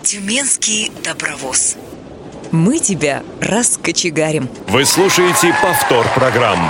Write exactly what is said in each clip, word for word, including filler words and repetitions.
Тюменский добровоз. Мы тебя раскочегарим. Вы слушаете повтор программы.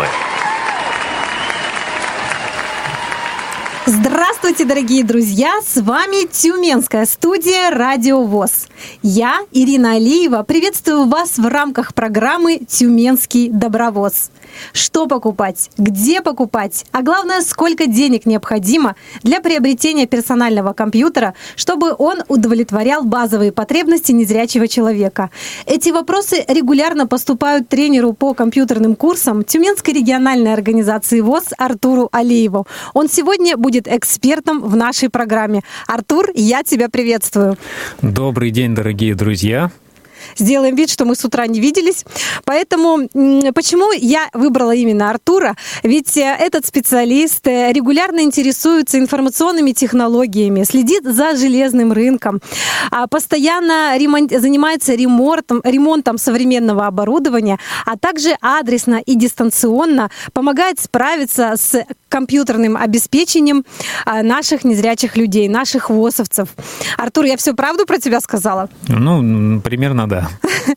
Здравствуйте, дорогие друзья! С вами Тюменская студия «Радио ВОС». Я, Ирина Алиева, приветствую вас в рамках программы «Тюменский добровоз». Что покупать, где покупать, а главное, сколько денег необходимо для приобретения персонального компьютера, чтобы он удовлетворял базовые потребности незрячего человека. Эти вопросы регулярно поступают тренеру по компьютерным курсам Тюменской региональной организации ВОС Артуру Алиеву. Он сегодня будет экспертом в нашей программе. Артур, я тебя приветствую. Добрый день, дорогие друзья. Сделаем вид, что мы с утра не виделись. Поэтому почему я выбрала именно Артура? Ведь этот специалист регулярно интересуется информационными технологиями, следит за железным рынком, постоянно ремонт, занимается ремонтом, ремонтом современного оборудования, а также адресно и дистанционно помогает справиться с компьютерным обеспечением наших незрячих людей, наших ВОСовцев. Артур, я все правду про тебя сказала? Ну, примерно да.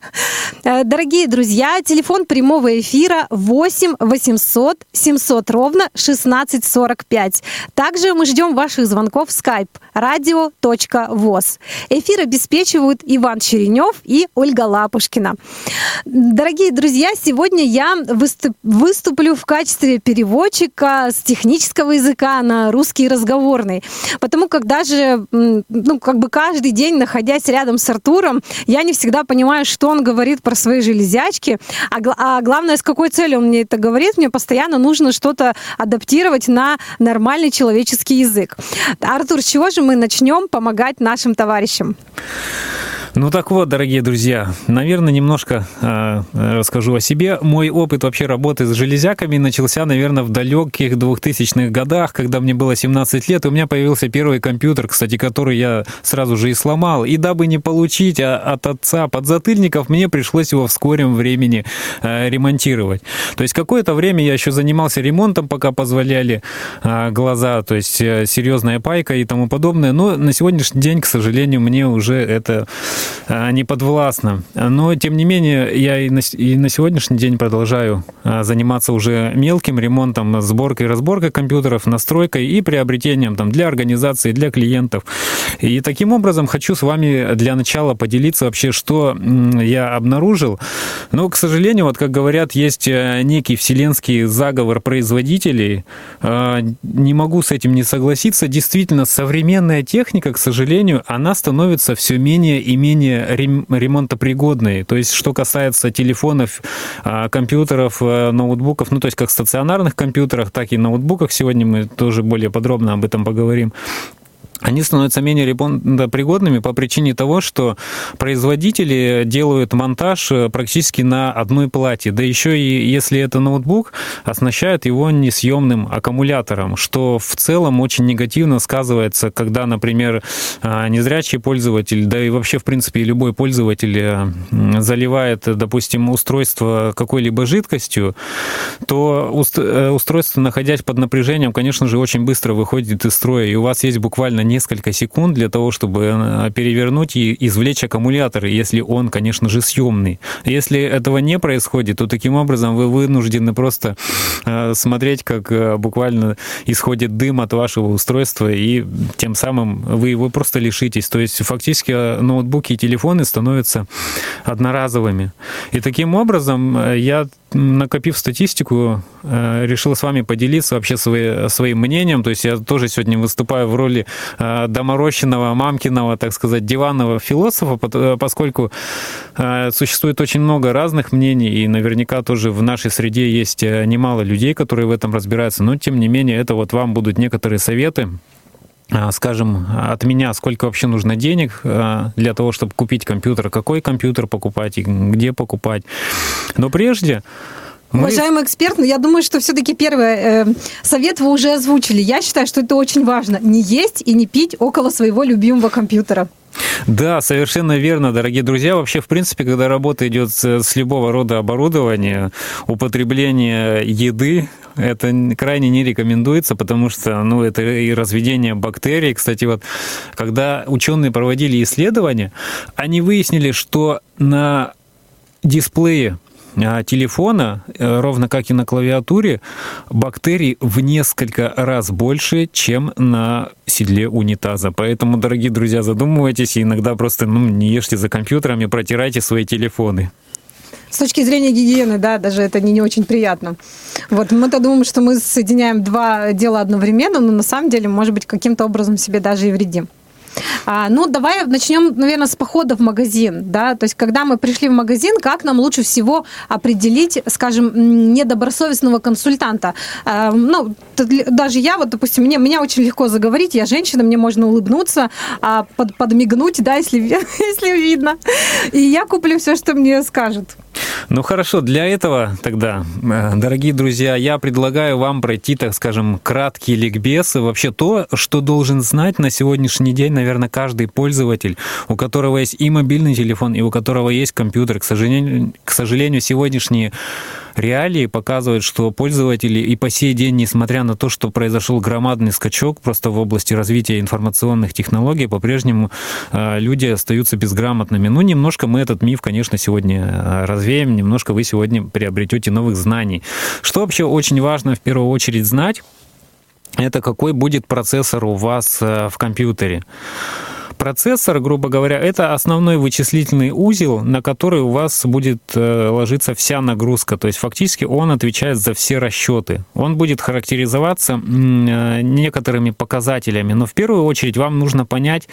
Дорогие друзья, телефон прямого эфира восемь восемьсот семьсот ровно шестнадцать сорок пять. Также мы ждем ваших звонков в скайп радио точка воз. Эфир обеспечивают Иван Черенев и Ольга Лапушкина. Дорогие друзья, сегодня я выступ, выступлю в качестве переводчика с технического языка на русский разговорный. Потому как даже, ну, как бы каждый день, находясь рядом с Артуром, я не всегда понимаю, что он говорит про свои железячки, а, а главное, с какой целью он мне это говорит. Мне постоянно нужно что-то адаптировать на нормальный человеческий язык. Артур, с чего же мы начнем помогать нашим товарищам? Ну так вот, дорогие друзья, наверное, немножко э, расскажу о себе. Мой опыт вообще работы с железяками начался, наверное, в далеких двухтысячных годах, когда мне было семнадцать лет, и у меня появился первый компьютер, кстати, который я сразу же и сломал. И дабы не получить от отца подзатыльников, мне пришлось его в скором времени э, ремонтировать. То есть какое-то время я еще занимался ремонтом, пока позволяли э, глаза, то есть э, серьезная пайка и тому подобное. Но на сегодняшний день, к сожалению, мне уже это не подвластно. Но, тем не менее, я и на, и на сегодняшний день продолжаю заниматься уже мелким ремонтом, сборкой и разборкой компьютеров, настройкой и приобретением там, для организации, для клиентов. И таким образом хочу с вами для начала поделиться вообще, что я обнаружил. Но, к сожалению, вот как говорят, есть некий вселенский заговор производителей. Не могу с этим не согласиться. Действительно, современная техника, к сожалению, она становится все менее и менее ремонтопригодные. То есть, что касается телефонов, компьютеров, ноутбуков, ну, то есть, как стационарных компьютерах, так и ноутбуках, сегодня мы тоже более подробно об этом поговорим, они становятся менее ремонтопригодными по причине того, что производители делают монтаж практически на одной плате. Да еще и если это ноутбук, оснащают его несъемным аккумулятором, что в целом очень негативно сказывается, когда, например, незрячий пользователь, да и вообще, в принципе, любой пользователь заливает, допустим, устройство какой-либо жидкостью, то устройство, находясь под напряжением, конечно же, очень быстро выходит из строя, и у вас есть буквально несколько секунд для того, чтобы перевернуть и извлечь аккумулятор, если он, конечно же, съемный. Если этого не происходит, то таким образом вы вынуждены просто смотреть, как буквально исходит дым от вашего устройства, и тем самым вы его просто лишитесь. То есть фактически ноутбуки и телефоны становятся одноразовыми. И таким образом я, накопив статистику, решил с вами поделиться вообще свои, своим мнением. То есть я тоже сегодня выступаю в роли доморощенного, мамкиного, так сказать, диванного философа, поскольку существует очень много разных мнений, и наверняка тоже в нашей среде есть немало людей, которые в этом разбираются. Но, тем не менее, это вот вам будут некоторые советы, скажем, от меня, сколько вообще нужно денег для того, чтобы купить компьютер, какой компьютер покупать и где покупать. Но прежде... Мы... Уважаемый эксперт, я думаю, что все-таки первый э, совет вы уже озвучили. Я считаю, что это очень важно. Не есть и не пить около своего любимого компьютера. Да, совершенно верно, дорогие друзья. Вообще, в принципе, когда работа идет с, с любого рода оборудования, употребление еды, Это крайне не рекомендуется, потому что, ну, это и разведение бактерий. Кстати, вот, когда ученые проводили исследования, они выяснили, что на дисплее телефона, ровно как и на клавиатуре, бактерий в несколько раз больше, чем на седле унитаза. Поэтому, дорогие друзья, задумывайтесь и иногда просто ну, не ешьте за компьютером и протирайте свои телефоны. С точки зрения гигиены, да, даже это не, не очень приятно. Вот мы-то думаем, что мы соединяем два дела одновременно, но на самом деле, может быть, каким-то образом себе даже и вредим. А, ну, давай начнем, наверное, с похода в магазин, да, то есть, когда мы пришли в магазин, как нам лучше всего определить, скажем, недобросовестного консультанта? А, ну, даже я, вот, допустим, мне, меня очень легко заговорить, я женщина, мне можно улыбнуться, а, под, подмигнуть, да, если, если видно, и я куплю все, что мне скажут. Ну хорошо, для этого тогда, дорогие друзья, я предлагаю вам пройти, так скажем, краткий ликбез, вообще то, что должен знать на сегодняшний день, наверное, каждый пользователь, у которого есть и мобильный телефон, и у которого есть компьютер. К сожалению, к сожалению, сегодняшние реалии показывают, что пользователи и по сей день, несмотря на то, что произошел громадный скачок просто в области развития информационных технологий, по-прежнему люди остаются безграмотными. Ну, немножко мы этот миф, конечно, сегодня развеем, немножко вы сегодня приобретете новых знаний. Что вообще очень важно в первую очередь знать, это какой будет процессор у вас в компьютере. Процессор, грубо говоря, это основной вычислительный узел, на который у вас будет ложиться вся нагрузка. То есть фактически он отвечает за все расчеты. Он будет характеризоваться некоторыми показателями. Но в первую очередь вам нужно понять,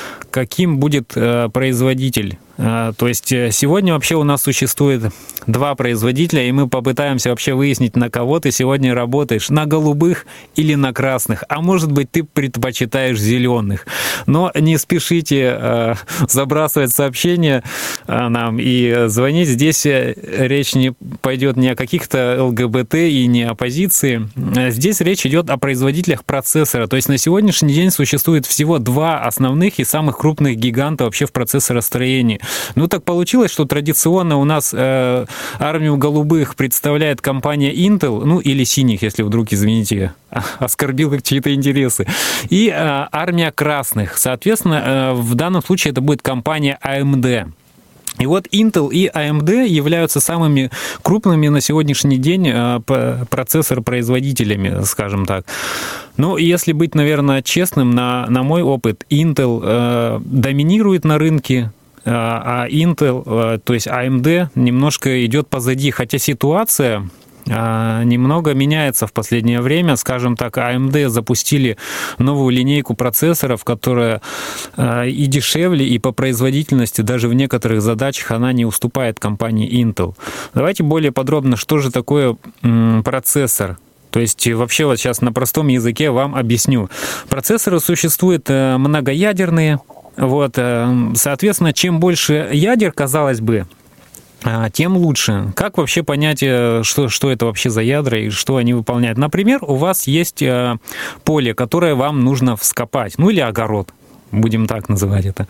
каким будет производитель. То есть сегодня вообще у нас существует два производителя, и мы попытаемся вообще выяснить, на кого ты сегодня работаешь, на голубых или на красных, а может быть ты предпочитаешь зеленых. Но не спешите забрасывать сообщения нам и звонить. Здесь речь не пойдет ни о каких-то ЛГБТ и не о оппозиции. Здесь речь идет о производителях процессора. То есть на сегодняшний день существует всего два основных и самых крупных гиганта вообще в процессоростроении. Ну, так получилось, что традиционно у нас э, армию голубых представляет компания Intel, ну, или синих, если вдруг, извините, оскорбил чьи-то интересы, и э, армия красных. Соответственно, э, в данном случае это будет компания эй эм ди. И вот Intel и эй эм ди являются самыми крупными на сегодняшний день процессор-производителями, скажем так. Но если быть, наверное, честным, на, на мой опыт, Intel э, доминирует на рынке, а Intel, то есть эй эм ди, немножко идет позади, хотя ситуация немного меняется в последнее время. Скажем так, эй эм ди запустили новую линейку процессоров, которая и дешевле, и по производительности, даже в некоторых задачах она не уступает компании Intel. Давайте более подробно, что же такое процессор. То есть вообще вот сейчас на простом языке вам объясню. Процессоры существуют многоядерные. Вот, соответственно, чем больше ядер, казалось бы, тем лучше. Как вообще понять, что, что это вообще за ядра и что они выполняют? Например, у вас есть поле, которое вам нужно вскопать, ну или огород, будем так называть это.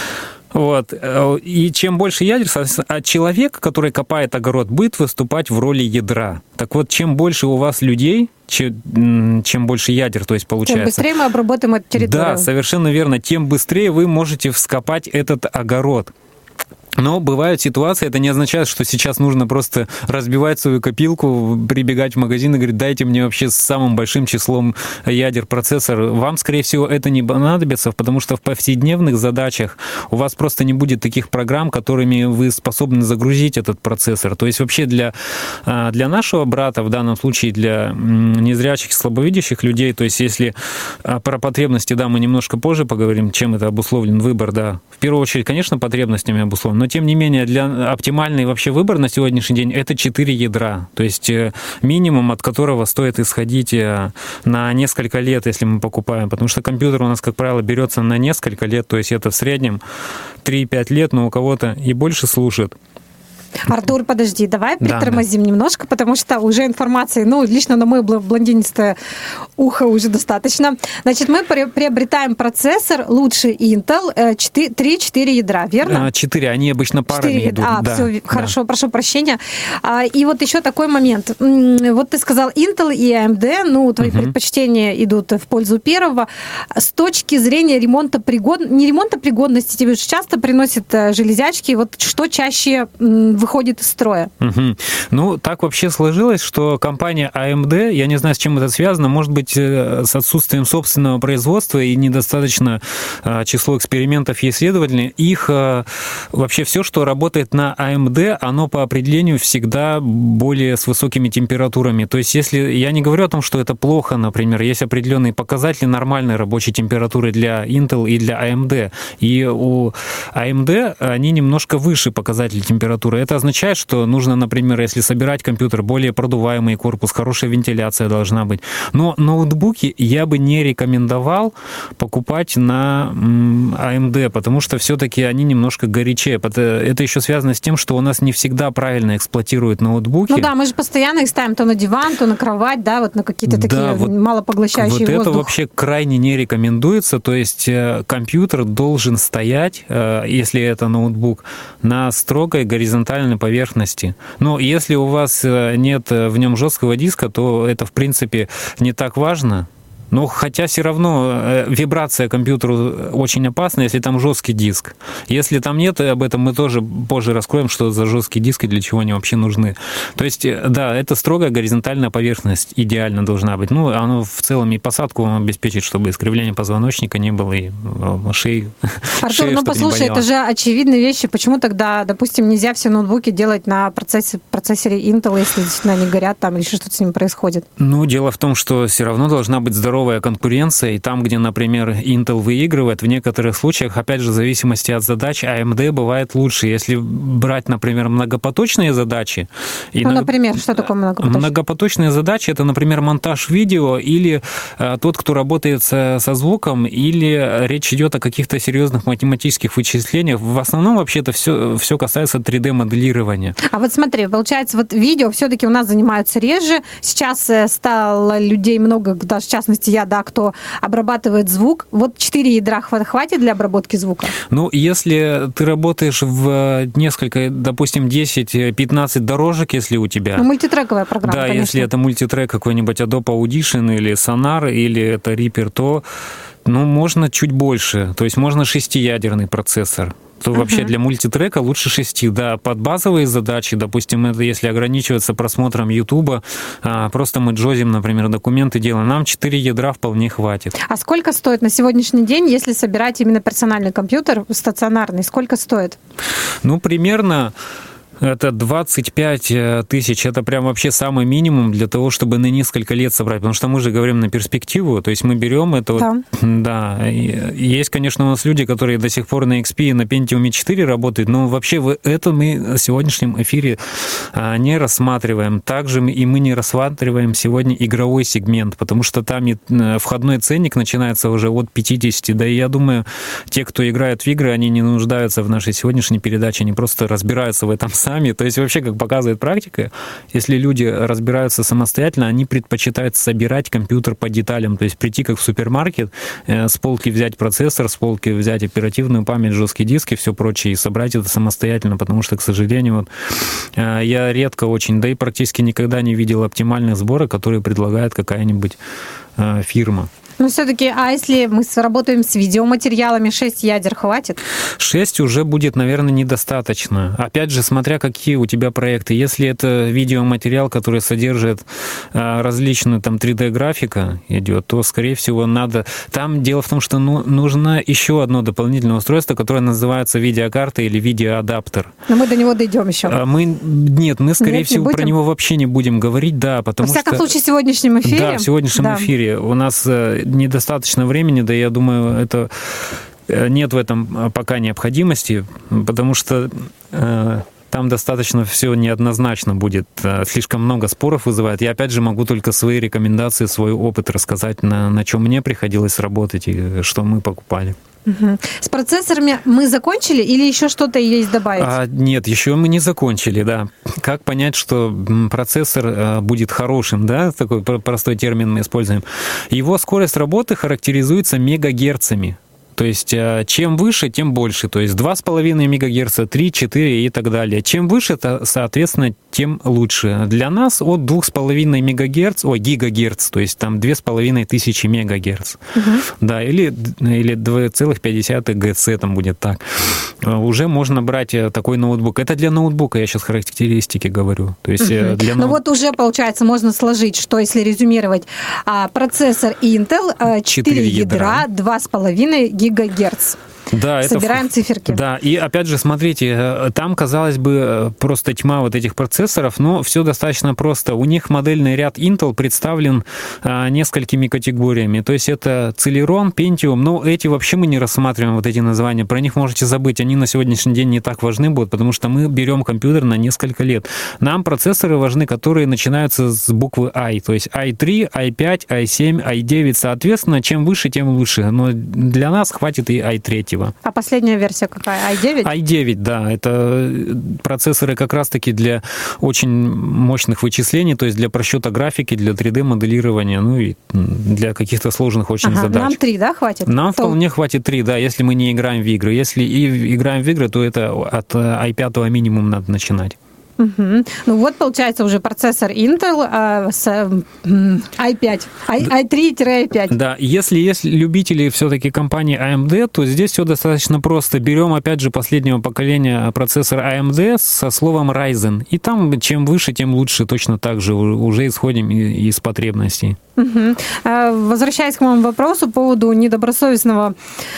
Вот. И чем больше ядер, а человек, который копает огород, будет выступать в роли ядра. Так вот, чем больше у вас людей, чем, чем больше ядер, то есть получается... Тем быстрее мы обработаем эту территорию. Да, совершенно верно. Тем быстрее вы можете вскопать этот огород. Но бывают ситуации, это не означает, что сейчас нужно просто разбивать свою копилку, прибегать в магазин и говорить, дайте мне вообще с самым большим числом ядер процессор. Вам, скорее всего, это не понадобится, потому что в повседневных задачах у вас просто не будет таких программ, которыми вы способны загрузить этот процессор. То есть вообще для, для нашего брата, в данном случае для незрячих и слабовидящих людей, то есть если про потребности, да, мы немножко позже поговорим, чем это обусловлен выбор, да, в первую очередь, конечно, потребностями обусловлен, но тем не менее для оптимальный вообще выбор на сегодняшний день это четыре ядра, то есть минимум, от которого стоит исходить на несколько лет, если мы покупаем, потому что компьютер у нас, как правило, берется на несколько лет, то есть это в среднем три-пять лет, но у кого-то и больше служит. Артур, подожди, давай Да, притормозим немножко, потому что уже информации, ну, лично на мое блондинистое ухо уже достаточно. Значит, мы приобретаем процессор лучший Intel три-четыре ядра, верно? четыре, они обычно парами четыре, идут. А, да, все, да. хорошо, прошу прощения. А, и вот еще такой момент. Вот ты сказал Intel и эй эм ди, ну, твои uh-huh. предпочтения идут в пользу первого. С точки зрения ремонта пригодности, не ремонта пригодности, тебе же часто приносят железячки, вот что чаще выходит из строя? Uh-huh. Ну, так вообще сложилось, что компания эй эм ди, я не знаю, с чем это связано, может быть, с отсутствием собственного производства и недостаточно число экспериментов и исследователей, их вообще все, что работает на эй эм ди, оно по определению всегда более с высокими температурами. То есть, если я не говорю о том, что это плохо, например, есть определенные показатели нормальной рабочей температуры для Intel и для эй эм ди. И у эй эм ди они немножко выше показателей температуры. Это означает, что нужно, например, если собирать компьютер, более продуваемый корпус, хорошая вентиляция должна быть. Но ноутбуки я бы не рекомендовал покупать на эй эм ди, потому что все-таки они немножко горячее. Это еще связано с тем, что у нас не всегда правильно эксплуатируют ноутбуки. Ну да, мы же постоянно их ставим то на диван, то на кровать, да, вот на какие-то да, такие вот, малопоглощающие вот воздух. Это вообще крайне не рекомендуется. То есть компьютер должен стоять, если это ноутбук, на строгой горизонтальной поверхности. Но если у вас нет в нем жесткого диска, то это, в принципе, не так важно. Но хотя все равно вибрация компьютеру очень опасна, если там жесткий диск. Если там нет, об этом мы тоже позже раскроем, что за жесткие диски, для чего они вообще нужны. То есть, да, это строгая горизонтальная поверхность идеально должна быть. Ну, оно в целом и посадку обеспечит, чтобы искривления позвоночника не было, и шеи. Артур, шея, ну послушай, это же очевидные вещи. Почему тогда, допустим, нельзя все ноутбуки делать на процессе, процессоре Intel, если действительно они горят там или что-то с ними происходит? Ну, дело в том, что все равно должна быть здоровая конкуренция, и там, где, например, Intel выигрывает, в некоторых случаях, опять же, в зависимости от задач, эй эм ди бывает лучше. Если брать, например, многопоточные задачи... Ну, много... например, что такое многопоточные? Многопоточные задачи — это, например, монтаж видео или а, тот, кто работает со, со звуком, или речь идет о каких-то серьезных математических вычислениях. В основном, вообще-то, все, все касается три дэ-моделирования. А вот смотри, получается, вот видео все-таки у нас занимаются реже. Сейчас стало людей много, даже в частности, я, да, кто обрабатывает звук. Вот четыре ядра хватит для обработки звука? Ну, если ты работаешь в несколько, допустим, десять-пятнадцать дорожек, если у тебя... Ну, мультитрековая программа, Да, конечно. если это мультитрек какой-нибудь Adobe Audition или Sonar, или это Reaper, то, ну, можно чуть больше. То есть можно шестиядерный процессор. То uh-huh. вообще для мультитрека лучше шести. Да, под базовые задачи, допустим, это если ограничиваться просмотром Ютуба, просто мы джозим, например, документы делаем, нам четыре ядра вполне хватит. А сколько стоит на сегодняшний день, если собирать именно персональный компьютер стационарный? Сколько стоит? Ну, примерно... Это двадцать пять тысяч, это прям вообще самый минимум для того, чтобы на несколько лет собрать, потому что мы же говорим на перспективу, то есть мы берем это... Да. Вот, да. Есть, конечно, у нас люди, которые до сих пор на икс пи и на Pentium четыре работают, но вообще это мы в сегодняшнем эфире не рассматриваем. Также и мы не рассматриваем сегодня игровой сегмент, потому что там и входной ценник начинается уже от пятидесяти, да и я думаю, те, кто играет в игры, они не нуждаются в нашей сегодняшней передаче, они просто разбираются в этом сами. То есть вообще, как показывает практика, если люди разбираются самостоятельно, они предпочитают собирать компьютер по деталям, то есть прийти как в супермаркет, с полки взять процессор, с полки взять оперативную память, жесткий диск и все прочее, и собрать это самостоятельно, потому что, к сожалению, вот, я редко очень, да и практически никогда не видел оптимальных сборок, которые предлагает какая-нибудь фирма. Но все-таки, а если мы работаем с видеоматериалами, шесть ядер хватит? шесть уже будет, наверное, недостаточно. Опять же, смотря какие у тебя проекты. Если это видеоматериал, который содержит различную там три дэ-графика идет, то, скорее всего, надо... Там дело в том, что ну, нужно еще одно дополнительное устройство, которое называется видеокарта или видеоадаптер. Но мы до него дойдем еще. Мы... Нет, мы, скорее Нет, всего, про него вообще не будем говорить, да, потому что... Во всяком что... случае, в сегодняшнем эфире. Да, в сегодняшнем да. эфире. У нас недостаточно времени, да, я думаю, это нет в этом пока необходимости, потому что э, там достаточно все неоднозначно будет, слишком много споров вызывает. Я опять же могу только свои рекомендации, свой опыт рассказать, на, на чем мне приходилось работать и что мы покупали. Угу. С процессорами мы закончили или еще что-то есть добавить? А, нет, еще мы не закончили, да. Как понять, что процессор а, будет хорошим, да? Такой простой термин мы используем. Его скорость работы характеризуется мегагерцами. То есть чем выше, тем больше. То есть два с половиной мегагерца, три, четыре и так далее. Чем выше, то, соответственно, тем лучше. Для нас от двух с половиной мегагерц, ой, гигагерц, то есть там две с половиной тысячи мегагерц. Угу. Да, или, или два целых пять десятых Гц там будет так. Уже можно брать такой ноутбук. Это для ноутбука, я сейчас характеристики говорю. То есть угу. для ноут... Ну вот уже, получается, можно сложить, что если резюмировать, процессор Intel, четыре ядра, два с половиной гигагерц. Да, собираем это, циферки. Да, и опять же, смотрите, там, казалось бы, просто тьма вот этих процессоров, но все достаточно просто. У них модельный ряд Intel представлен а, несколькими категориями. То есть это Celeron, Pentium, но эти вообще мы не рассматриваем, вот эти названия. Про них можете забыть, они на сегодняшний день не так важны будут, потому что мы берем компьютер на несколько лет. Нам процессоры важны, которые начинаются с буквы I, то есть ай три, ай пять, ай семь, ай девять. Соответственно, чем выше, тем лучше. Но для нас хватит и ай три. А последняя версия какая? ай девять? ай девять, да. Это процессоры как раз-таки для очень мощных вычислений, то есть для просчета графики, для три дэ-моделирования, ну и для каких-то сложных очень ага, задач. Нам три, да, хватит? Нам То... вполне хватит три, да, если мы не играем в игры. Если и играем в игры, то это от ай пять минимум надо начинать. Угу. Ну вот, получается, уже процессор Intel а, с ай пять, ай три-ай пять. Да, если есть любители все-таки компании эй эм ди, то здесь все достаточно просто. Берем, опять же, последнего поколения процессор эй эм ди со словом Ryzen. И там чем выше, тем лучше. Точно так же уже исходим из потребностей. Угу. Возвращаясь к моему вопросу по поводу недобросовестного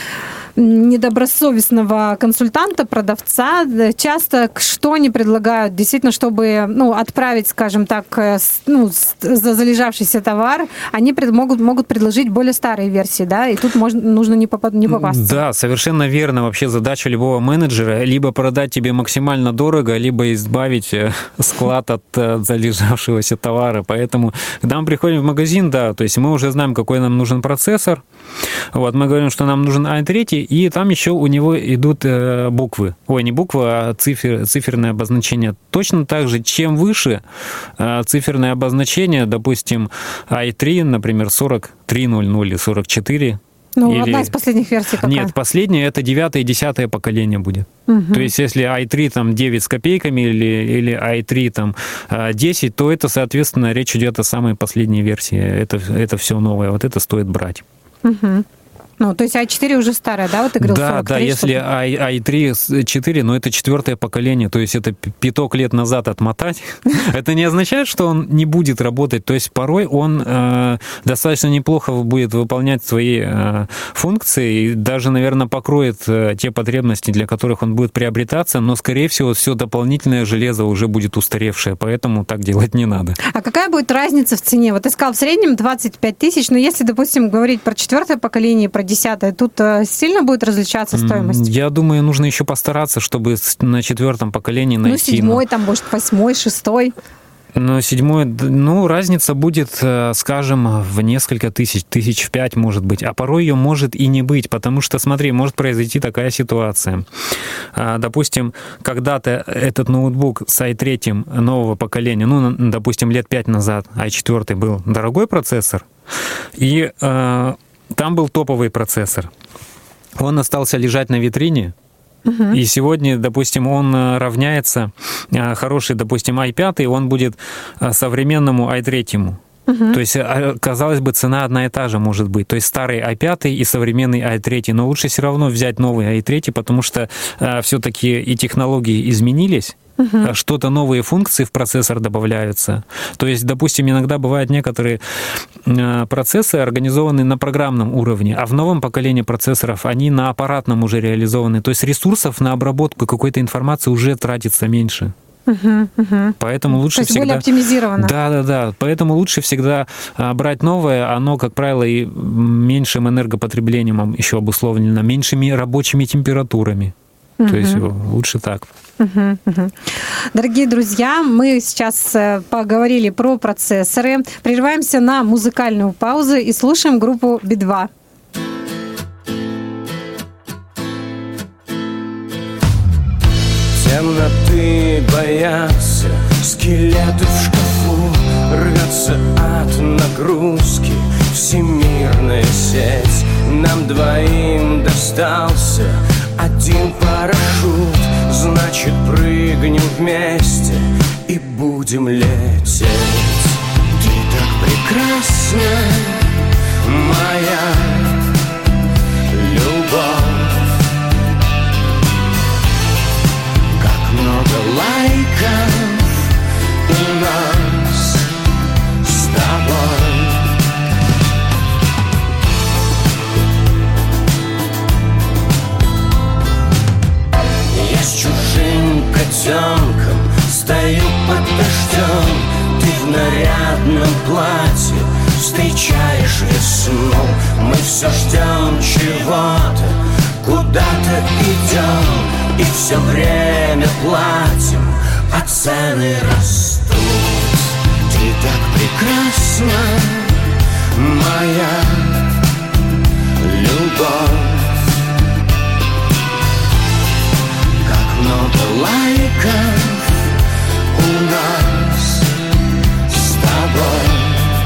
недобросовестного консультанта, продавца, часто что они предлагают, действительно, чтобы ну, отправить, скажем так, ну, за залежавшийся товар, они пред, могут, могут предложить более старые версии, да, и тут можно, нужно не, попад, не попасться. Да, совершенно верно. Вообще задача любого менеджера либо продать тебе максимально дорого, либо избавить склад от залежавшегося товара. Поэтому, когда мы приходим в магазин, да, то есть мы уже знаем, какой нам нужен процессор. Вот, мы говорим, что нам нужен ай три, и там еще у него идут э, буквы. Ой, не буквы, а цифер, циферное обозначение. Точно так же, чем выше э, циферное обозначение, допустим, ай три, например, сорок три ноль ноль или сорок четыре. Ну, или... одна из последних версий какая? Нет, последняя это девятое и десятое поколение будет. Угу. То есть, если ай три там девять с копейками или, или ай три там десять, то это, соответственно, речь идет о самой последней версии. Это, это все новое. Вот это стоит брать. Угу. Ну, то есть ай четыре уже старая, да, вот ты говорил? Да, да, если ай три четыре, но это четвертое поколение, то есть это пяток лет назад отмотать, это не означает, что он не будет работать, то есть порой он э, достаточно неплохо будет выполнять свои э, функции и даже, наверное, покроет э, те потребности, для которых он будет приобретаться, но, скорее всего, все дополнительное железо уже будет устаревшее, поэтому так делать не надо. А какая будет разница в цене? Вот ты сказал, в среднем двадцать пять тысяч, но если, допустим, говорить про четвертое поколение, про десятое, тут сильно будет различаться стоимость? Я думаю, нужно еще постараться, чтобы на четвертом поколении найти... Ну, седьмой, там, может, восьмой, шестой. Ну, седьмой, ну, разница будет, скажем, в несколько тысяч, тысяч в пять, может быть. А порой ее может и не быть, потому что, смотри, может произойти такая ситуация. Допустим, когда-то этот ноутбук с ай три нового поколения, ну, допустим, лет пять назад, ай четыре был дорогой процессор, и там был топовый процессор. Он остался лежать на витрине, uh-huh. и сегодня, допустим, он равняется, хороший, допустим, ай пять, он будет современному ай три. Uh-huh. То есть, казалось бы, цена одна и та же может быть. То есть старый ай пять и современный ай три. Но лучше все равно взять новый ай три, потому что все-таки и технологии изменились. Uh-huh. Что-то новые функции в процессор добавляются. То есть, допустим, иногда бывают некоторые процессы организованы на программном уровне, а в новом поколении процессоров они на аппаратном уже реализованы. То есть ресурсов на обработку какой-то информации уже тратится меньше. Uh-huh, uh-huh. Поэтому лучше То есть всегда... более оптимизировано. Да, да, да. Поэтому лучше всегда брать новое. Оно, как правило, и меньшим энергопотреблением еще обусловлено, меньшими рабочими температурами. Uh-huh. То есть лучше так. Uh-huh, uh-huh. Дорогие друзья, мы сейчас поговорили про процессоры. Прерываемся на музыкальную паузу и слушаем группу би два. Темноты боятся, скелеты в шкафу, рвется от нагрузки всемирная сеть. Нам двоим достался один парашют, значит прыгнем вместе и будем лететь. Ты так прекрасна, моя любовь, как много лайков у нас с тобой. Я с чужим котенком стою под дождем, ты в нарядном платье встречаешь весну. Мы все ждем чего-то, куда-то идем, и все время платим, а цены растут. Ты так прекрасна, моя любовь, как много лайков у нас с тобой.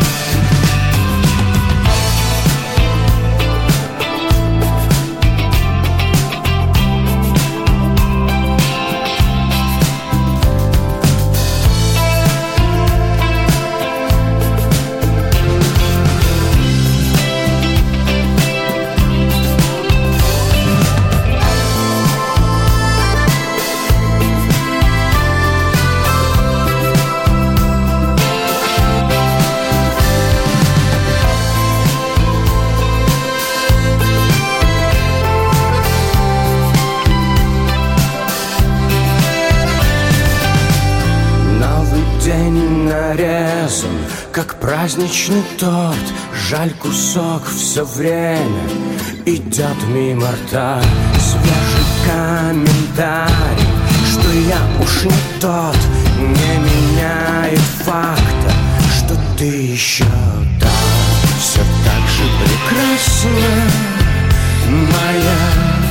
Нарезан, как праздничный торт, жаль, кусок все время идет мимо рта. Свежий комментарий, что я уж не тот, не меняет факта, что ты еще там. Все так же прекрасна, моя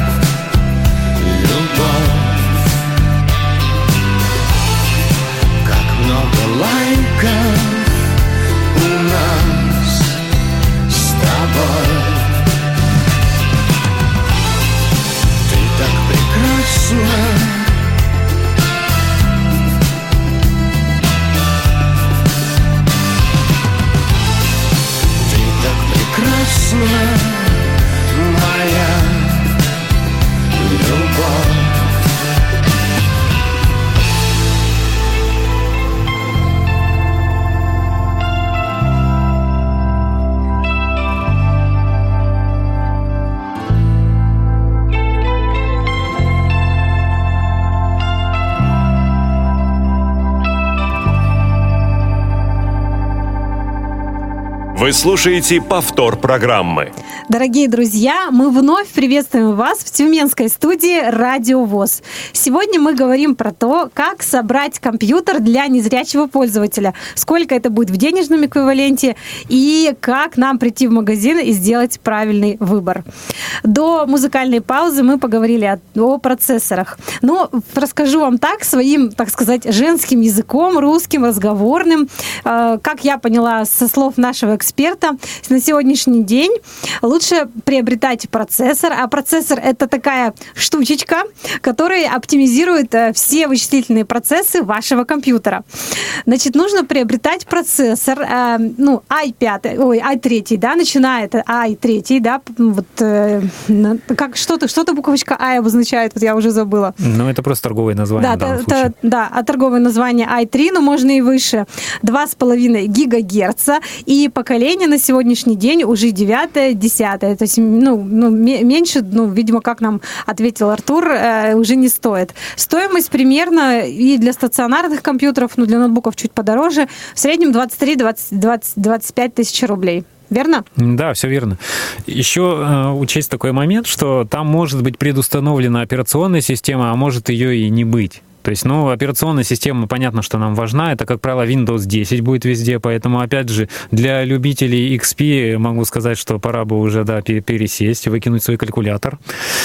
любовь, много лайков у нас с тобой. Ты так прекрасна, ты так прекрасна, моя любовь. Вы слушаете повтор программы. Дорогие друзья, мы вновь приветствуем вас в тюменской студии «Радио ВОС». Сегодня мы говорим про то, как собрать компьютер для незрячего пользователя, сколько это будет в денежном эквиваленте и как нам прийти в магазин и сделать правильный выбор. До музыкальной паузы мы поговорили о, о процессорах. Но расскажу вам так, своим, так сказать, женским языком, русским, разговорным. Как я поняла со слов нашего эксперта, на сегодняшний день лучше приобретать процессор, а процессор — это такая штучечка, которая оптимизирует все вычислительные процессы вашего компьютера. Значит, нужно приобретать процессор, э, ну, ай пять, ой, ай три, да, начинает ай три, да, вот, э, как что-то, что-то буковочка I обозначает, вот я уже забыла. Ну, это просто торговое название. Да, та, та, да, а торговое название ай три, но можно и выше, два с половиной гигагерца, и поколение на сегодняшний день уже девятое, десятое, то есть, ну, ну меньше, ну, видимо, как нам ответил Артур, э, уже не стоит. Стоимость примерно и для стационарных компьютеров, ну, для ноутбуков чуть подороже, в среднем двадцать три - двадцать пять тысяч рублей. Верно? Да, все верно. Еще э, учесть такой момент, что там может быть предустановлена операционная система, а может ее и не быть. То есть, ну, операционная система, понятно, что нам важна. Это, как правило, Windows десять будет везде. Поэтому, опять же, для любителей икс пи могу сказать, что пора бы уже, да, пересесть, выкинуть свой калькулятор.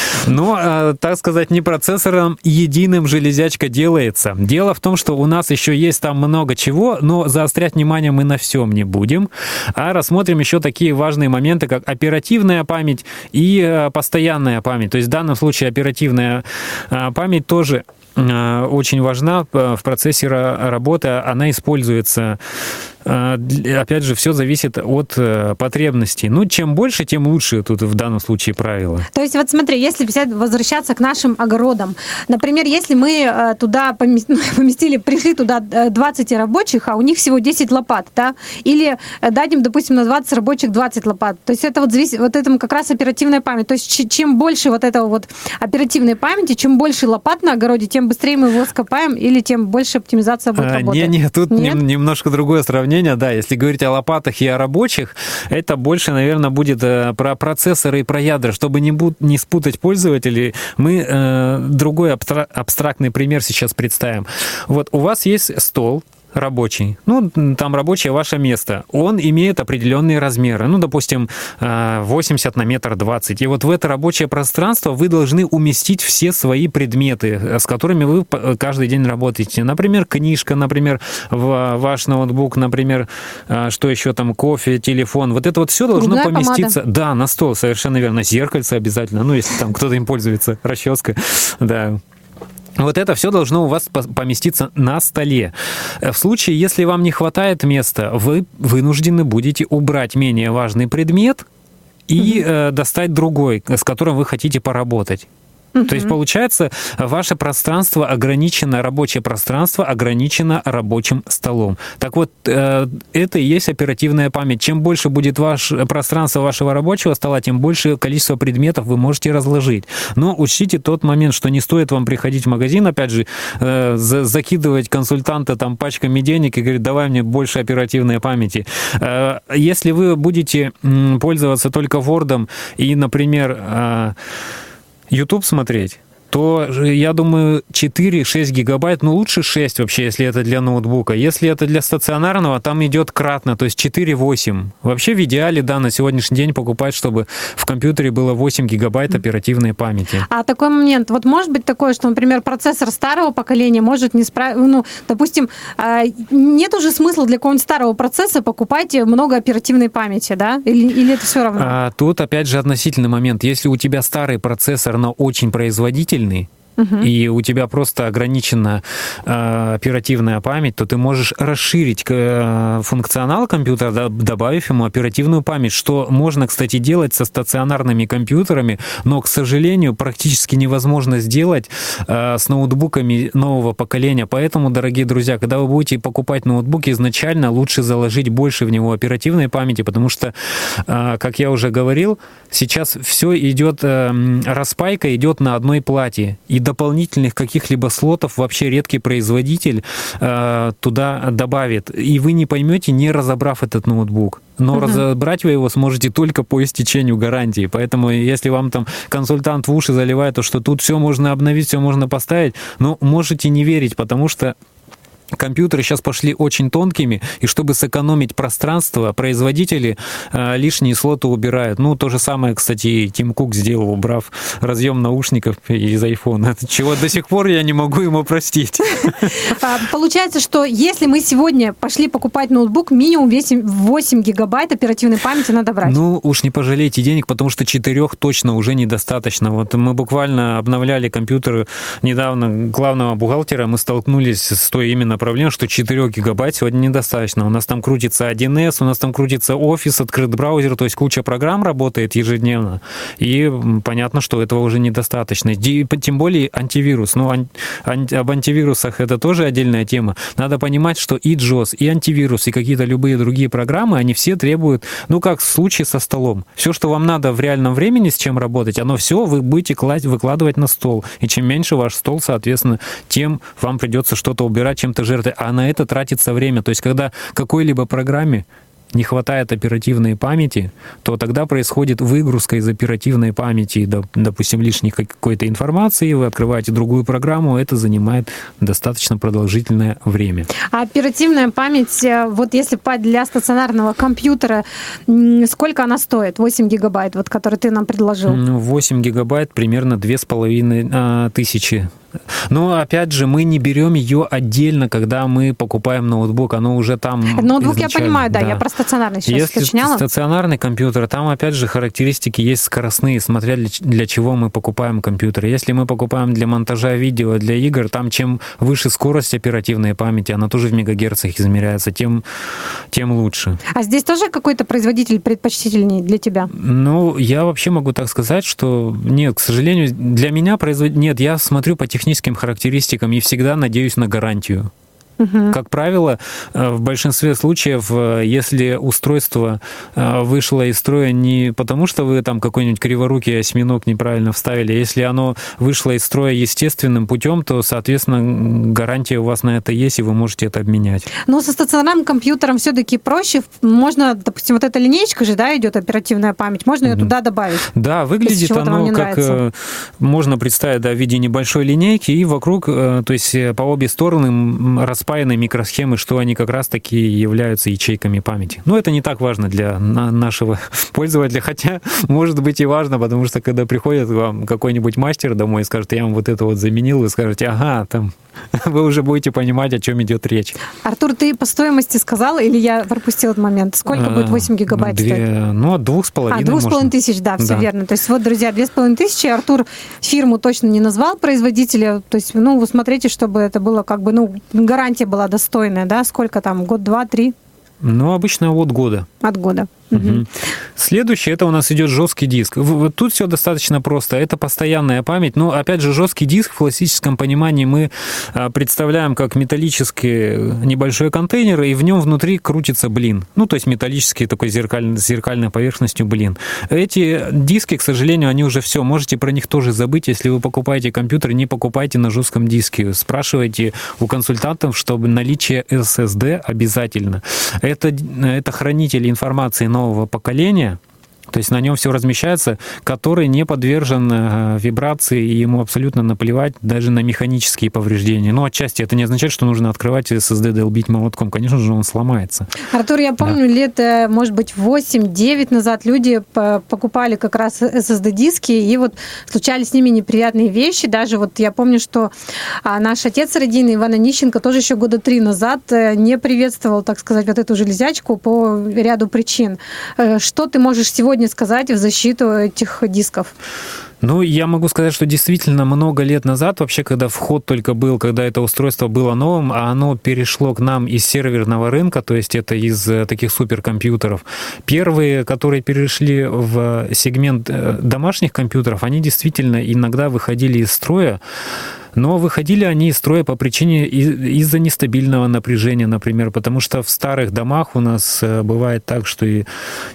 Но, так сказать, не процессором единым железячка делается. Дело в том, что у нас еще есть там много чего, но заострять внимание мы на всем не будем. А рассмотрим еще такие важные моменты, как оперативная память и постоянная память. То есть, в данном случае оперативная память тоже очень важна в процессе работы, она используется. Опять же, все зависит от потребностей. Ну, чем больше, тем лучше тут в данном случае правило. То есть, вот смотри, если взять, возвращаться к нашим огородам, например, если мы туда поместили, пришли туда двадцать рабочих, а у них всего десять лопат, да, или дадим, допустим, на двадцать рабочих двадцать лопат, то есть это вот зависит, вот это как раз оперативная память. То есть чем больше вот этого вот оперативной памяти, чем больше лопат на огороде, тем быстрее мы его скопаем, или тем больше оптимизация будет работать. Не-не, тут Нет? немножко другое сравнение. Да, если говорить о лопатах и о рабочих, это больше, наверное, будет про процессоры и про ядра. Чтобы не, буд- не спутать пользователей, мы э, другой абстра- абстрактный пример сейчас представим. Вот у вас есть стол рабочий, ну, там рабочее ваше место, он имеет определенные размеры, ну, допустим, восемьдесят на метр двадцать, и вот в это рабочее пространство вы должны уместить все свои предметы, с которыми вы каждый день работаете. Например, книжка, например, ваш ноутбук, например, что еще там, кофе, телефон, вот это вот все должно Губная поместиться, помада. Да, на стол, совершенно верно, зеркальце обязательно, ну, если там кто-то им пользуется, расческа, да. Вот это все должно у вас поместиться на столе. В случае, если вам не хватает места, вы вынуждены будете убрать менее важный предмет и угу. э, достать другой, с которым вы хотите поработать. Uh-huh. То есть, получается, ваше пространство ограничено, рабочее пространство ограничено рабочим столом. Так вот, это и есть оперативная память. Чем больше будет ваше пространство вашего рабочего стола, тем больше количество предметов вы можете разложить. Но учтите тот момент, что не стоит вам приходить в магазин, опять же, закидывать консультанта там пачками денег и говорить, давай мне больше оперативной памяти. Если вы будете пользоваться только Word и, например, YouTube смотреть, то, я думаю, четыре-шесть гигабайт, ну, лучше шесть вообще, если это для ноутбука. Если это для стационарного, там идет кратно, то есть четыре-восемь. Вообще в идеале, да, на сегодняшний день покупать, чтобы в компьютере было восемь гигабайт оперативной памяти. А такой момент, вот может быть такое, что, например, процессор старого поколения может не справиться, ну, допустим, нет уже смысла для какого-нибудь старого процесса покупать много оперативной памяти, да? Или, или это все равно? А, тут, опять же, относительный момент. Если у тебя старый процессор, но очень производительный, Uh-huh. и у тебя просто ограничена э, оперативная память, то ты можешь расширить э, функционал компьютера, да, добавив ему оперативную память, что можно, кстати, делать со стационарными компьютерами, но, к сожалению, практически невозможно сделать э, с ноутбуками нового поколения. Поэтому, дорогие друзья, когда вы будете покупать ноутбук, изначально лучше заложить больше в него оперативной памяти, потому что, э, как я уже говорил, сейчас все идет, э, распайка идет на одной плате, и дополнительных каких-либо слотов вообще редкий производитель э, туда добавит. И вы не поймете, не разобрав этот ноутбук. Но uh-huh. разобрать вы его сможете только по истечению гарантии. Поэтому если вам там консультант в уши заливает, то что тут все можно обновить, все можно поставить, но можете не верить, потому что компьютеры сейчас пошли очень тонкими, и чтобы сэкономить пространство, производители э, лишние слоты убирают. Ну, то же самое, кстати, Тим Кук сделал, убрав разъем наушников из айфона, чего до сих пор я не могу ему простить. Получается, что если мы сегодня пошли покупать ноутбук, минимум восемь гигабайт оперативной памяти надо брать. Ну, уж не пожалейте денег, потому что четырех точно уже недостаточно. Вот мы буквально обновляли компьютер недавно главного бухгалтера, мы столкнулись с той именно проблема, что четыре гигабайт сегодня недостаточно. У нас там крутится один эс, у нас там крутится Office, открыт браузер, то есть куча программ работает ежедневно. И понятно, что этого уже недостаточно. Тем более антивирус. Ну, ан- ан- об антивирусах это тоже отдельная тема. Надо понимать, что и джос, и антивирус, и какие-то любые другие программы, они все требуют, ну, как в случае со столом. Все, что вам надо в реальном времени с чем работать, оно все вы будете класть, выкладывать на стол. И чем меньше ваш стол, соответственно, тем вам придется что-то убирать, чем-то жертвовать. А на это тратится время. То есть, когда какой-либо программе не хватает оперативной памяти, то тогда происходит выгрузка из оперативной памяти, допустим, лишней какой-то информации, вы открываете другую программу, это занимает достаточно продолжительное время. А оперативная память, вот если для стационарного компьютера, сколько она стоит? восемь гигабайт, вот, который ты нам предложил. восемь гигабайт, примерно две с половиной тысячи. Но, опять же, мы не берем ее отдельно, когда мы покупаем ноутбук, оно уже там Ноутбук я понимаю, да, да, я про стационарный сейчас Если уточняла. стационарный компьютер, там, опять же, характеристики есть скоростные, смотря для, для чего мы покупаем компьютер. Если мы покупаем для монтажа видео, для игр, там чем выше скорость оперативной памяти, она тоже в мегагерцах измеряется, тем, тем лучше. А здесь тоже какой-то производитель предпочтительнее для тебя? Ну, я вообще могу так сказать, что нет, к сожалению, для меня производитель... Нет, я смотрю по техническим характеристикам и всегда надеюсь на гарантию. Угу. Как правило, в большинстве случаев, если устройство вышло из строя не потому, что вы там какой-нибудь криворукий осьминог неправильно вставили, если оно вышло из строя естественным путем, то, соответственно, гарантия у вас на это есть, и вы можете это обменять. Но со стационарным компьютером все-таки проще. Можно, допустим, вот эта линейка же, да, идет оперативная память, можно ее туда добавить. Да, выглядит оно как нравится. Можно представить, да, в виде небольшой линейки, и вокруг, то есть по обе стороны распаяны микросхемы, что они как раз-таки являются ячейками памяти. Но это не так важно для нашего пользователя, хотя может быть и важно, потому что когда приходит к вам какой-нибудь мастер домой и скажет, я вам вот это вот заменил, вы скажете, ага, там вы уже будете понимать, о чем идет речь. Артур, ты по стоимости сказал, или я пропустил этот момент? Сколько будет восемь гигабайт Две, стоить? Ну, от двух с половиной. А, двух с половиной тысяч, да, все да. верно. То есть вот, друзья, две с половиной тысячи. Артур фирму точно не назвал, производителя. То есть, ну, вы смотрите, чтобы это было как бы, ну, гарантия была достойная, да? Сколько там, год, два, три? Ну, обычно от года. От года. Угу. Следующее, это у нас идет жесткий диск. Вот тут все достаточно просто. Это постоянная память. Но, опять же, жесткий диск в классическом понимании мы представляем как металлический небольшой контейнер, и в нем внутри крутится блин. Ну, то есть металлический такой зеркаль, с зеркальной поверхностью блин. Эти диски, к сожалению, они уже все. Можете про них тоже забыть. Если вы покупаете компьютер, не покупайте на жестком диске. Спрашивайте у консультантов, чтобы наличие эс эс ди обязательно. Это, это хранитель информации нового нового поколения, то есть на нем все размещается, который не подвержен вибрации, и ему абсолютно наплевать даже на механические повреждения. Но отчасти это не означает, что нужно открывать эс эс ди, долбить молотком. Конечно же, он сломается. Артур, я помню, да. лет, может быть, восемь-девять назад люди покупали как раз эс эс ди-диски, и вот случались с ними неприятные вещи. Даже вот я помню, что наш отец родийный, Иван Онищенко, тоже еще года три назад не приветствовал, так сказать, вот эту железячку по ряду причин. Что ты можешь сегодня сказать в защиту этих дисков? Ну, я могу сказать, что действительно много лет назад, вообще, когда вход только был, когда это устройство было новым, а оно перешло к нам из серверного рынка, то есть это из таких суперкомпьютеров. Первые, которые перешли в сегмент домашних компьютеров, они действительно иногда выходили из строя. Но выходили они из строя по причине из-за нестабильного напряжения, например, потому что в старых домах у нас бывает так, что и,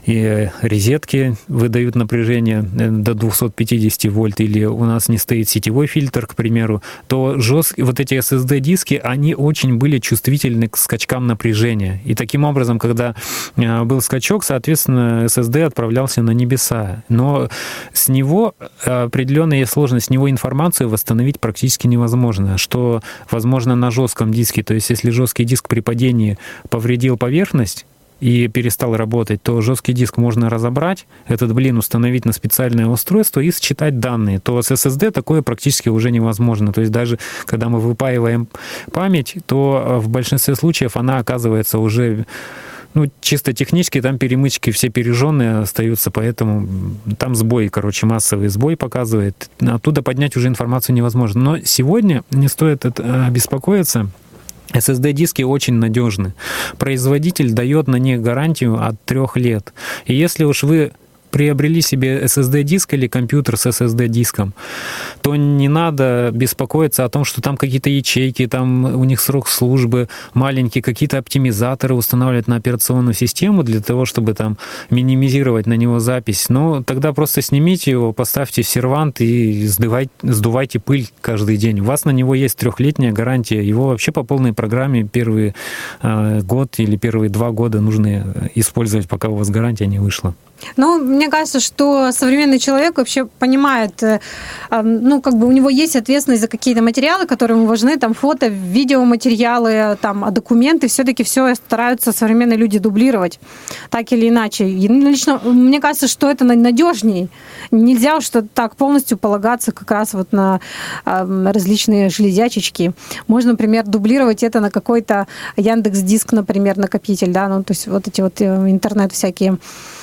и розетки выдают напряжение до двести пятьдесят вольт, или у нас не стоит сетевой фильтр, к примеру, то жесткие, вот эти эс эс ди-диски, они очень были чувствительны к скачкам напряжения. И таким образом, когда был скачок, соответственно, эс эс ди отправлялся на небеса. Но с него определенная сложность, с него информацию восстановить практически невозможно, что возможно на жестком диске. То есть если жесткий диск при падении повредил поверхность и перестал работать, то жесткий диск можно разобрать, этот блин установить на специальное устройство и считать данные. То с эс эс ди такое практически уже невозможно. То есть даже когда мы выпаиваем память, то в большинстве случаев она оказывается уже... Ну, чисто технически там перемычки все пережженные остаются, поэтому там сбой, короче, массовый сбой показывает. Оттуда поднять уже информацию невозможно. Но сегодня не стоит это беспокоиться. эс эс ди-диски очень надежны. Производитель дает на них гарантию от трех лет. И если уж вы приобрели себе эс эс ди-диск или компьютер с эс эс ди-диском, то не надо беспокоиться о том, что там какие-то ячейки, там у них срок службы маленький, какие-то оптимизаторы устанавливать на операционную систему для того, чтобы там минимизировать на него запись. Но тогда просто снимите его, поставьте в сервант и сдувайте, сдувайте пыль каждый день. У вас на него есть трехлетняя гарантия. Его вообще по полной программе первый э, год или первые два года нужно использовать, пока у вас гарантия не вышла. Ну, мне кажется, что современный человек вообще понимает, ну, как бы у него есть ответственность за какие-то материалы, которые ему важны, там, фото, видеоматериалы, там, а документы, все-таки все стараются современные люди дублировать, так или иначе. И лично мне кажется, что это надежней. Нельзя уж так полностью полагаться как раз вот на различные железячечки. Можно, например, дублировать это на какой-то Яндекс.Диск, например, накопитель, да, ну, то есть вот эти вот интернет всякие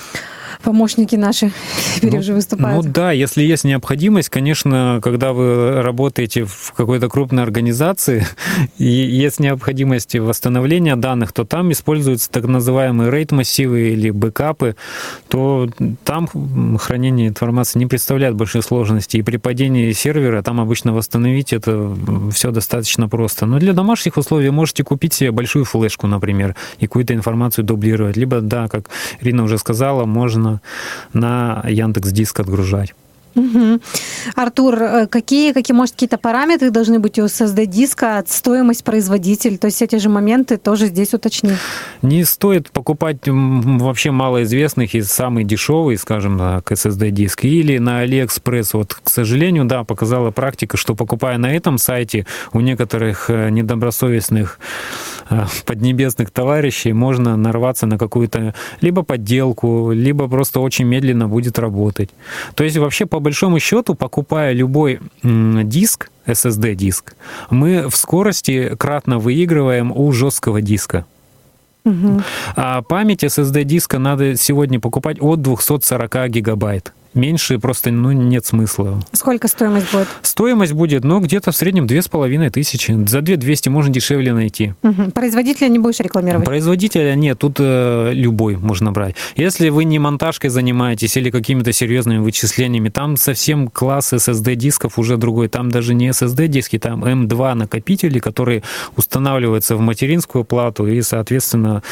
помощники наши теперь ну, уже выступают. Ну да, если есть необходимость, конечно, когда вы работаете в какой-то крупной организации и есть необходимость восстановления данных, то там используются так называемые RAID-массивы или бэкапы, то там хранение информации не представляет большой сложности. И при падении сервера там обычно восстановить это все достаточно просто. Но для домашних условий можете купить себе большую флешку, например, и какую-то информацию дублировать. Либо, да, как Ирина уже сказала, можно на Яндекс.Диск отгружать. Угу. Артур, какие, какие, может, какие-то параметры должны быть у эс эс ди-диска, стоимость, производитель? То есть эти же моменты тоже здесь уточни. Не стоит покупать вообще малоизвестных и самый дешевый, скажем так, эс эс ди-диск. Или на Алиэкспресс. Вот, к сожалению, да, показала практика, что покупая на этом сайте, у некоторых недобросовестных поднебесных товарищей можно нарваться на какую-то либо подделку, либо просто очень медленно будет работать. То есть вообще, по большому счету, покупая любой диск, эс эс ди-диск, мы в скорости кратно выигрываем у жесткого диска. Угу. А память эс эс ди-диска надо сегодня покупать от двести сорок гигабайт. Меньше просто ну, нет смысла. Сколько стоимость будет? Стоимость будет, ну, где-то в среднем две с половиной тысячи. За две тысячи двести можно дешевле найти. Угу. Производителя не будешь рекламировать? Производителя нет, тут э, любой можно брать. Если вы не монтажкой занимаетесь или какими-то серьезными вычислениями, там совсем класс эс эс ди-дисков уже другой. Там даже не эс эс ди-диски, там эм два накопители, которые устанавливаются в материнскую плату, и, соответственно,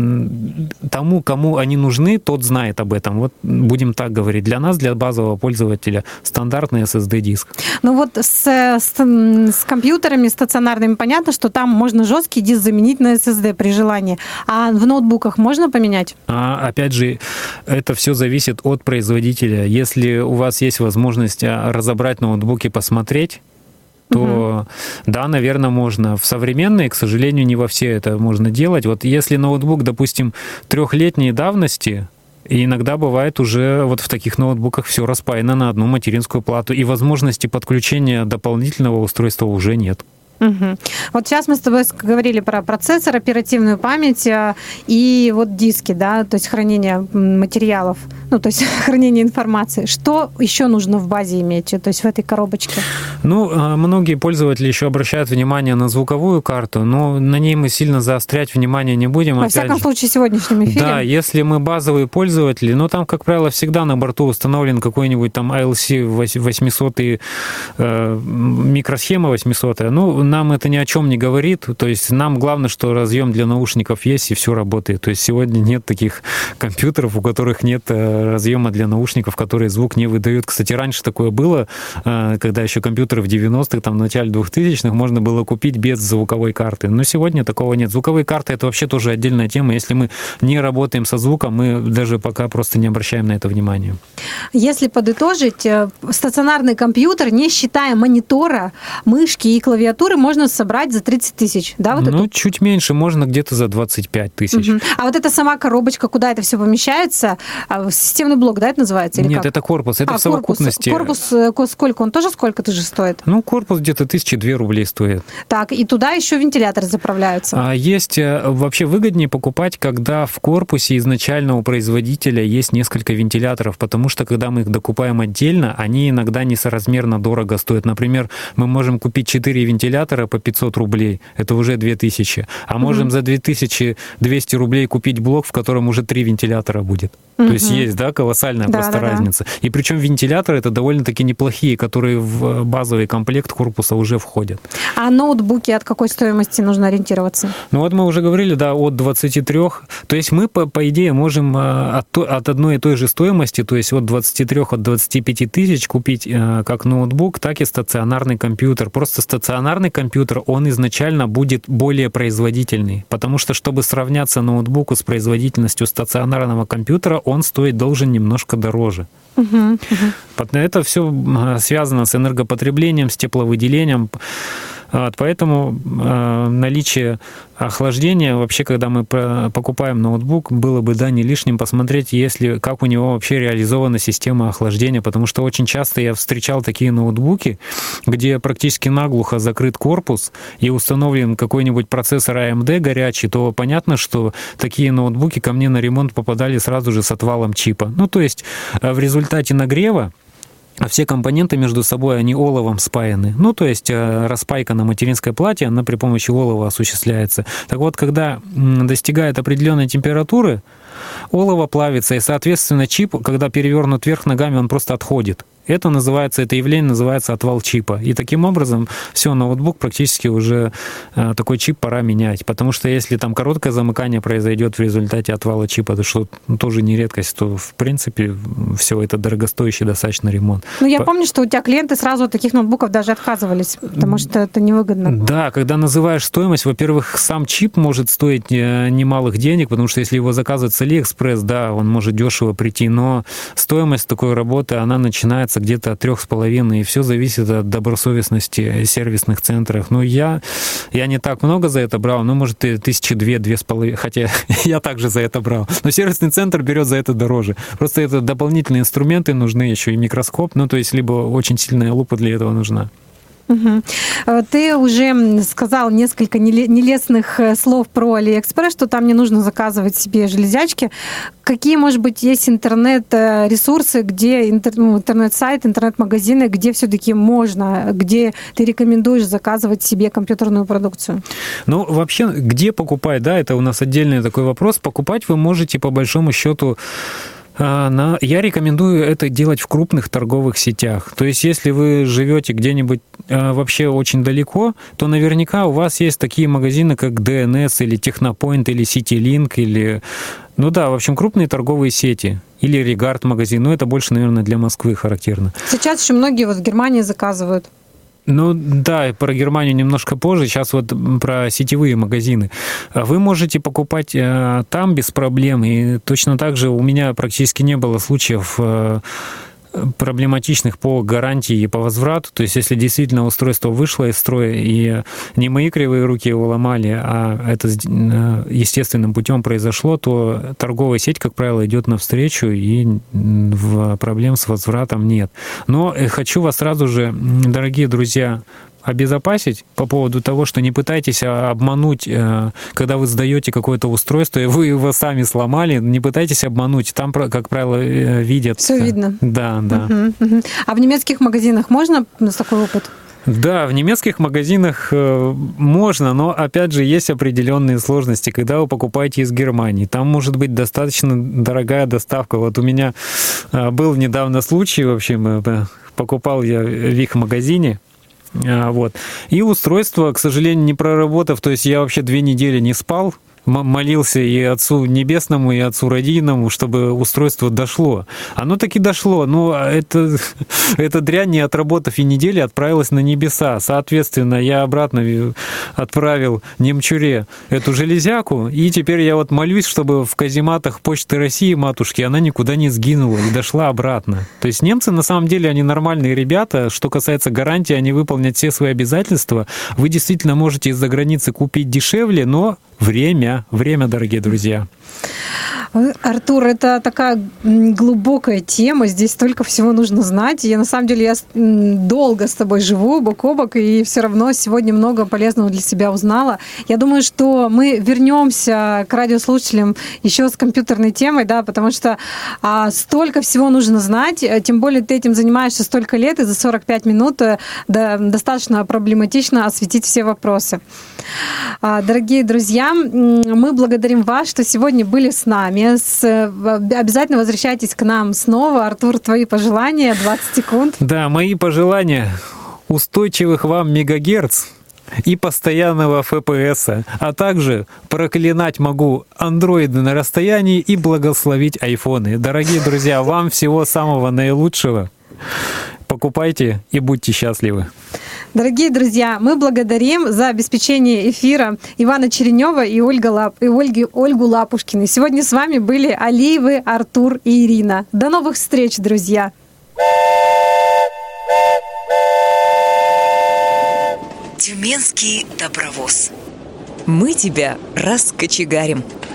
тому, кому они нужны, тот знает об этом. Вот будем так говорить. Для нас, для базового пользователя, стандартный эс эс ди-диск. Ну вот с, с, с компьютерами стационарными понятно, что там можно жесткий диск заменить на эс эс ди при желании. А в ноутбуках можно поменять? А, опять же, это все зависит от производителя. Если у вас есть возможность разобрать ноутбук и посмотреть, то, угу. да, наверное, можно. В современные, к сожалению, не во все это можно делать. Вот если ноутбук, допустим, трехлетней давности, и иногда бывает уже вот в таких ноутбуках все распаяно на одну материнскую плату, и возможности подключения дополнительного устройства уже нет. Угу. Вот сейчас мы с тобой говорили про процессор, оперативную память и вот диски, да, то есть хранение материалов, ну, то есть хранение информации. Что еще нужно в базе иметь, то есть в этой коробочке? Ну, многие пользователи еще обращают внимание на звуковую карту, но на ней мы сильно заострять внимание не будем. Во всяком же. случае, в сегодняшнем эфире. Да, если мы базовые пользователи, ну, там, как правило, всегда на борту установлен какой-нибудь там эй эл си восемьсот, э, микросхема восемьсот, ну, нам это ни о чем не говорит, то есть нам главное, что разъем для наушников есть, и все работает. То есть сегодня нет таких компьютеров, у которых нет разъема для наушников, которые звук не выдают. Кстати, раньше такое было, когда еще компьютеры в девяностых, там, в начале двухтысячных можно было купить без звуковой карты. Но сегодня такого нет. Звуковые карты — это вообще тоже отдельная тема. Если мы не работаем со звуком, мы даже пока просто не обращаем на это внимания. Если подытожить, стационарный компьютер, не считая монитора, мышки и клавиатуры, можно собрать за тридцать тысяч, да? Вот ну, эту? Чуть меньше, можно где-то за двадцать пять тысяч. Угу. А вот эта сама коробочка, куда это все помещается, системный блок, да, это называется? Или Нет, как? это корпус, это а, в совокупности. Корпус, корпус сколько? Он тоже сколько-то же стоит? Ну, корпус где-то тысячи две рублей стоит. Так, и туда еще вентиляторы заправляются. А есть вообще выгоднее покупать, когда в корпусе изначально у производителя есть несколько вентиляторов, потому что когда мы их докупаем отдельно, они иногда несоразмерно дорого стоят. Например, мы можем купить четыре вентилятора вентилятора по пятьсот рублей. Это уже две тысячи. А можем угу. за две тысячи двести рублей купить блок, в котором уже три вентилятора будет. Угу. То есть есть, да, колоссальная да, просто да, разница. Да. И причем вентиляторы это довольно-таки неплохие, которые в базовый комплект корпуса уже входят. А ноутбуки от какой стоимости нужно ориентироваться? Ну вот мы уже говорили, да, от двадцати трёх. То есть мы, по, по идее, можем от, от одной и той же стоимости, то есть от двадцати трёх, от двадцати пяти тысяч купить как ноутбук, так и стационарный компьютер. Просто стационарный компьютер, он изначально будет более производительный, потому что, чтобы сравняться ноутбуку с производительностью стационарного компьютера, он стоить должен немножко дороже. Uh-huh, uh-huh. Это все связано с энергопотреблением, с тепловыделением. Поэтому наличие охлаждения, вообще, когда мы покупаем ноутбук, было бы, да, не лишним посмотреть, если, как у него вообще реализована система охлаждения, потому что очень часто я встречал такие ноутбуки, где практически наглухо закрыт корпус и установлен какой-нибудь процессор эй эм ди горячий, то понятно, что такие ноутбуки ко мне на ремонт попадали сразу же с отвалом чипа. Ну, то есть в результате нагрева а все компоненты между собой, они оловом спаяны. Ну, то есть распайка на материнской плате, она при помощи олова осуществляется. Так вот, когда достигает определенной температуры, олово плавится, и, соответственно, чип, когда перевернут вверх ногами, он просто отходит. Это называется, это явление называется отвал чипа. И таким образом все, ноутбук практически уже такой чип пора менять. Потому что если там короткое замыкание произойдет в результате отвала чипа, то что тоже не редкость, то в принципе все это дорогостоящий достаточно ремонт. Ну, я По... помню, что у тебя клиенты сразу от таких ноутбуков даже отказывались, потому что это невыгодно. Да, когда называешь стоимость, во-первых, сам чип может стоить немалых денег, потому что если его заказывать с Алиэкспресс, да, он может дешево прийти, но стоимость такой работы, она начинается где-то от трех с половиной, и все зависит от добросовестности сервисных центров. Ну, я, я не так много за это брал, ну, может, и тысячи две, две с половиной, хотя я также за это брал. Но сервисный центр берет за это дороже. Просто это дополнительные инструменты нужны, еще и микроскоп, ну, то есть либо очень сильная лупа для этого нужна. Угу. Ты уже сказал несколько нелестных слов про Алиэкспресс, что там не нужно заказывать себе железячки. Какие, может быть, есть интернет-ресурсы, где интернет-сайт, интернет-магазины, где все-таки можно, где ты рекомендуешь заказывать себе компьютерную продукцию? Ну, вообще, где покупать, да, это у нас отдельный такой вопрос. Покупать вы можете, по большому счету, я рекомендую это делать в крупных торговых сетях. То есть, если вы живете где-нибудь вообще очень далеко, то наверняка у вас есть такие магазины, как ди эн эс или Технопоинт или Ситилинк, или... Ну да, в общем, крупные торговые сети. Или Регард магазин. Но это больше, наверное, для Москвы характерно. Сейчас еще многие вот в Германии заказывают. Ну да, про Германию немножко позже. Сейчас вот про сетевые магазины. Вы можете покупать там без проблем. И точно так же у меня практически не было случаев проблематичных по гарантии и по возврату. То есть, если действительно устройство вышло из строя, и не мои кривые руки его ломали, а это естественным путем произошло, то торговая сеть, как правило, идет навстречу, и проблем с возвратом нет. Но хочу вас сразу же, дорогие друзья, обезопасить по поводу того, что не пытайтесь обмануть, когда вы сдаете какое-то устройство, и вы его сами сломали, не пытайтесь обмануть. Там, как правило, видят. Все видно. Да, да. Угу, угу. А в немецких магазинах можно такой опыт? Да, в немецких магазинах можно, но, опять же, есть определенные сложности, когда вы покупаете из Германии. Там может быть достаточно дорогая доставка. Вот у меня был недавно случай, в общем, покупал я в их магазине, вот. И устройство, к сожалению, не проработав, то есть я вообще две недели не спал, молился и Отцу Небесному, и Отцу Родийному, чтобы устройство дошло. Оно таки дошло, но это, эта дрянь, не отработав и недели, отправилась на небеса. Соответственно, я обратно отправил немчуре эту железяку, и теперь я вот молюсь, чтобы в казематах Почты России, матушки, она никуда не сгинула и дошла обратно. То есть немцы, на самом деле, они нормальные ребята. Что касается гарантии, они выполнят все свои обязательства. Вы действительно можете из-за границы купить дешевле, но время, время, дорогие друзья. Артур, это такая глубокая тема, здесь столько всего нужно знать. Я на самом деле я долго с тобой живу, бок о бок, и все равно сегодня много полезного для себя узнала. Я думаю, что мы вернемся к радиослушателям еще с компьютерной темой, да, потому что а, столько всего нужно знать, тем более ты этим занимаешься столько лет, и за сорок пять минут да, достаточно проблематично осветить все вопросы. А, дорогие друзья, мы благодарим вас, что сегодня были с нами. С... Обязательно возвращайтесь к нам снова. Артур, твои пожелания, двадцать секунд. Да, мои пожелания. Устойчивых вам мегагерц и постоянного эф пи эс, а также проклинать могу андроиды на расстоянии и благословить айфоны. Дорогие друзья, вам всего самого наилучшего. Покупайте и будьте счастливы. Дорогие друзья, мы благодарим за обеспечение эфира Ивана Черенева и, Ольга Лап... и Ольги... Ольгу Лапушкину. Сегодня с вами были Алиевы, Артур и Ирина. До новых встреч, друзья! Тюменский добровоз. Мы тебя раскочегарим.